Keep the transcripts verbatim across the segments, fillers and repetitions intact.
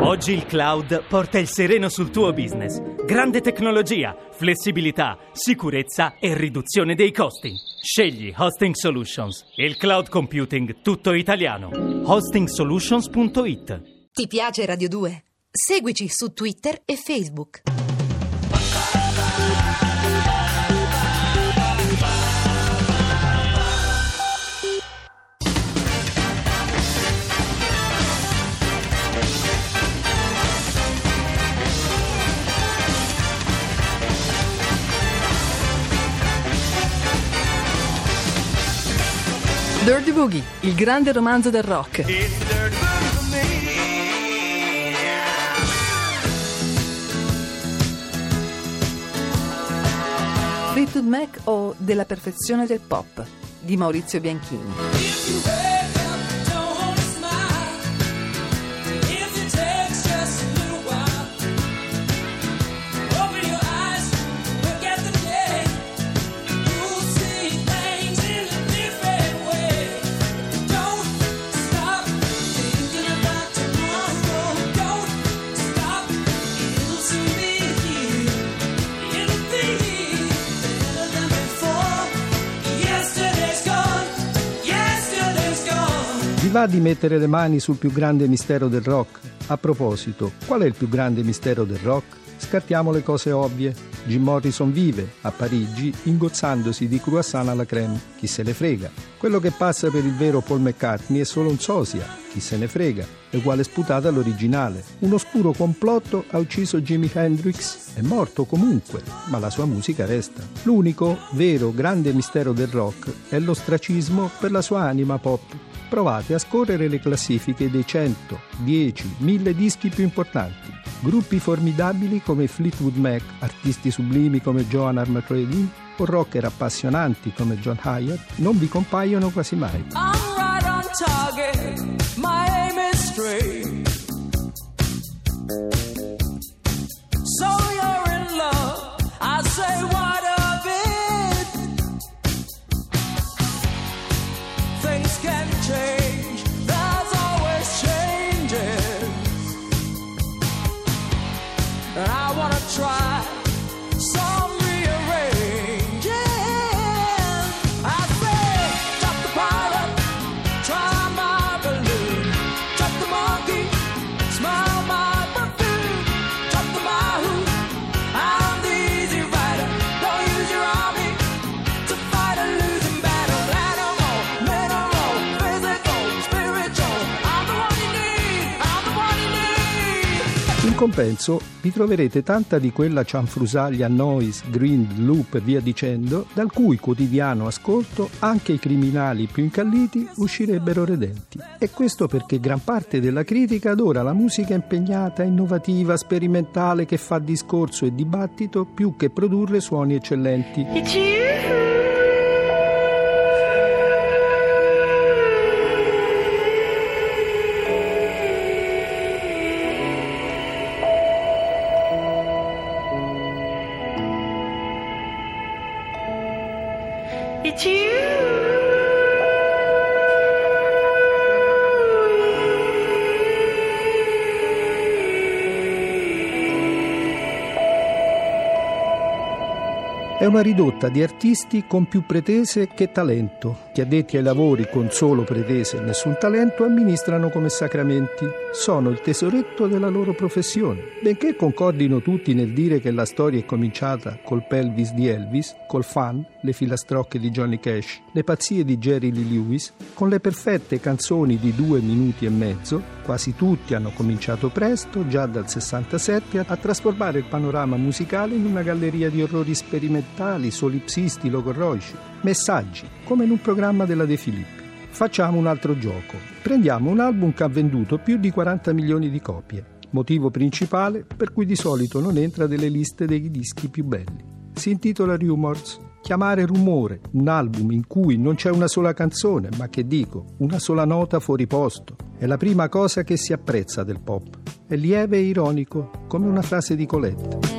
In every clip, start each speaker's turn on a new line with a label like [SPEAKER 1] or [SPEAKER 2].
[SPEAKER 1] Oggi il cloud porta il sereno sul tuo business. Grande tecnologia, flessibilità, sicurezza e riduzione dei costi. Scegli Hosting Solutions, il cloud computing tutto italiano. hosting solutions punto it.
[SPEAKER 2] Ti piace Radio due? Seguici su Twitter e Facebook.
[SPEAKER 3] Dirty Boogie, il grande romanzo del rock. Fleetwood Mac o Della perfezione del pop di Maurizio Bianchini.
[SPEAKER 4] Vi va di mettere le mani sul più grande mistero del rock? A proposito, qual è il più grande mistero del rock? Scartiamo le cose ovvie. Jim Morrison vive a Parigi ingozzandosi di croissant alla crème, chi se ne frega. Quello che passa per il vero Paul McCartney è solo un sosia, chi se ne frega. È uguale sputata all'originale. Un oscuro complotto ha ucciso Jimi Hendrix, è morto comunque, ma la sua musica resta. L'unico vero grande mistero del rock è l'ostracismo per la sua anima pop. Provate a scorrere le classifiche dei cento, dieci, mille dischi più importanti. Gruppi formidabili come Fleetwood Mac, artisti sublimi come Joan Armatrading o rocker appassionanti come John Hyatt non vi compaiono quasi mai.
[SPEAKER 5] I'm right on target, my aim is straight. So you're in love, I say what of it? Things can change, there's always changes. And I wanna try some rearranging. I say, drop the pilot, try my balloon. Drop the monkey, smile my perfume. Drop the mahou, I'm the easy rider. Don't use your army to fight a losing battle. Animal, mineral, physical, spiritual. I'm the one you need, I'm the one you need.
[SPEAKER 4] In compenso vi troverete tanta di quella cianfrusaglia noise, grind, loop e via dicendo, dal cui quotidiano ascolto anche i criminali più incalliti uscirebbero redenti. E questo perché gran parte della critica adora la musica impegnata, innovativa, sperimentale, che fa discorso e dibattito più che produrre suoni eccellenti.
[SPEAKER 5] It's you.
[SPEAKER 4] È una ridotta di artisti con più pretese che talento, che addetti ai lavori con solo pretese e nessun talento amministrano come sacramenti. Sono il tesoretto della loro professione. Benché concordino tutti nel dire che la storia è cominciata col pelvis di Elvis, col fan, le filastrocche di Johnny Cash, le pazzie di Jerry Lee Lewis, con le perfette canzoni di due minuti e mezzo, quasi tutti hanno cominciato presto, già dal sessantasette, a trasformare il panorama musicale in una galleria di orrori sperimentali, solipsisti, logorroici, messaggi, come in un programma della De Filippi. Facciamo un altro gioco. Prendiamo un album che ha venduto più di quaranta milioni di copie, motivo principale per cui di solito non entra nelle liste dei dischi più belli. Si intitola Rumors. Chiamare rumore un album in cui non c'è una sola canzone, ma che dico, una sola nota fuori posto, è la prima cosa che si apprezza del pop. È lieve e ironico, come una frase di Colette.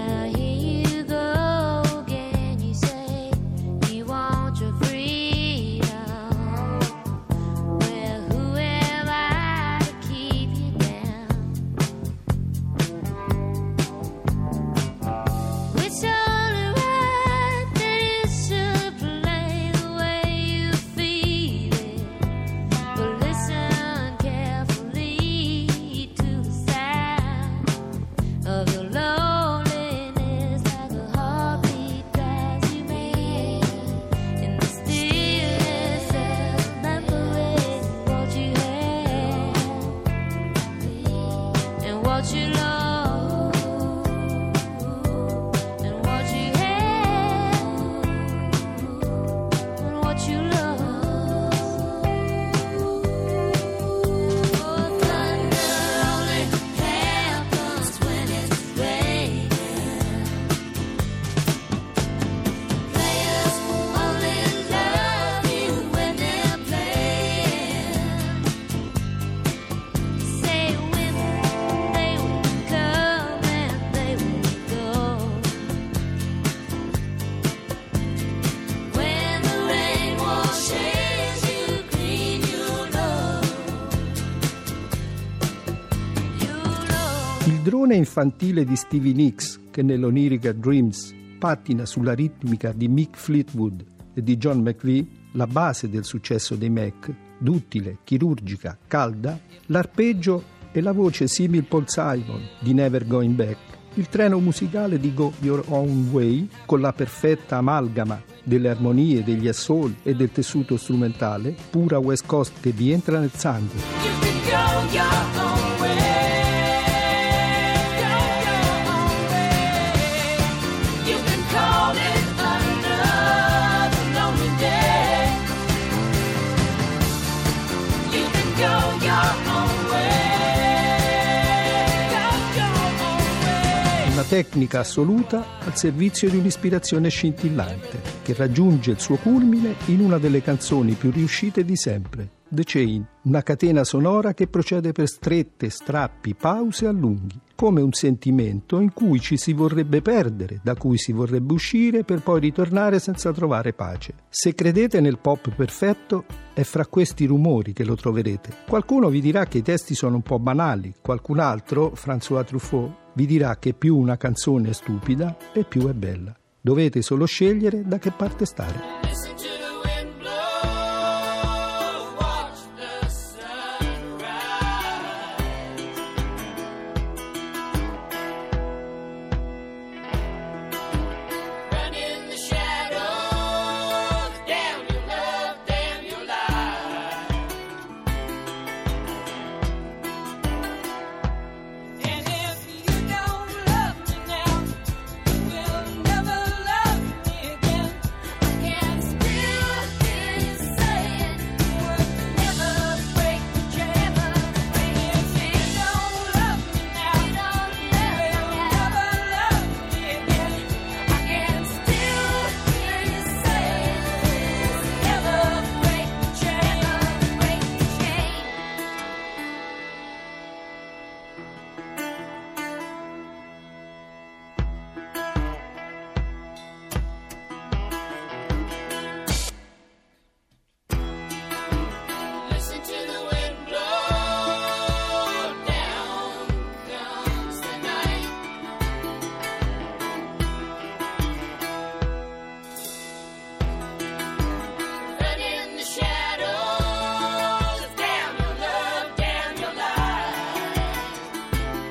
[SPEAKER 6] what you love and what you have and what you love. Oh, thunder only happens when it's raining. Players only love you when they're playing. Say women, they will come and they will go. When the rain washes you clean, you know, you know.
[SPEAKER 4] Il drone infantile di Stevie Nicks, che nell'onirica Dreams pattina sulla ritmica di Mick Fleetwood e di John McVie, la base del successo dei Mac, duttile, chirurgica, calda, l'arpeggio e la voce simil Paul Simon di Never Going Back, il treno musicale di Go Your Own Way con la perfetta amalgama delle armonie, degli assoli e del tessuto strumentale, pura West Coast che vi entra nel sangue.
[SPEAKER 6] You can go your own way. Go your own way. You can call it another lonely day. You can go your own way. Go your own way.
[SPEAKER 4] Una tecnica assoluta al servizio di un'ispirazione scintillante che raggiunge il suo culmine in una delle canzoni più riuscite di sempre, The Chain, una catena sonora che procede per strette, strappi, pause a lunghi, come un sentimento in cui ci si vorrebbe perdere, da cui si vorrebbe uscire per poi ritornare senza trovare pace. Se credete nel pop perfetto, è fra questi rumori che lo troverete. Qualcuno vi dirà che i testi sono un po' banali, qualcun altro, François Truffaut, vi dirà che più una canzone è stupida e più è bella. Dovete solo scegliere da che parte stare.
[SPEAKER 6] Listen to the wind blow, watch the sun rise. Run in the shadows, damn your love, damn your life. And if you don't love me now, you will never love me again. I can still hear you saying you would never break the chain. If you don't love me now, you will never love me again. I can still hear you saying never break the chain, break the chain. Listen to the wind blow, down comes the night. Run in the shadows, damn your love, damn your life.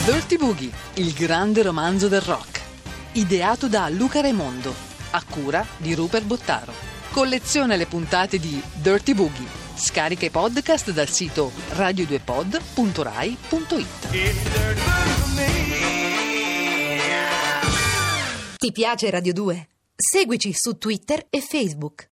[SPEAKER 3] Dirty Boogie, il grande romanzo del rock. Ideato da Luca Raimondo, a cura di Rupert Bottaro. Colleziona le puntate di Dirty Boogie. Scarica i podcast dal sito radio due pod punto rai punto it.
[SPEAKER 2] Ti piace Radio due? Seguici su Twitter e Facebook.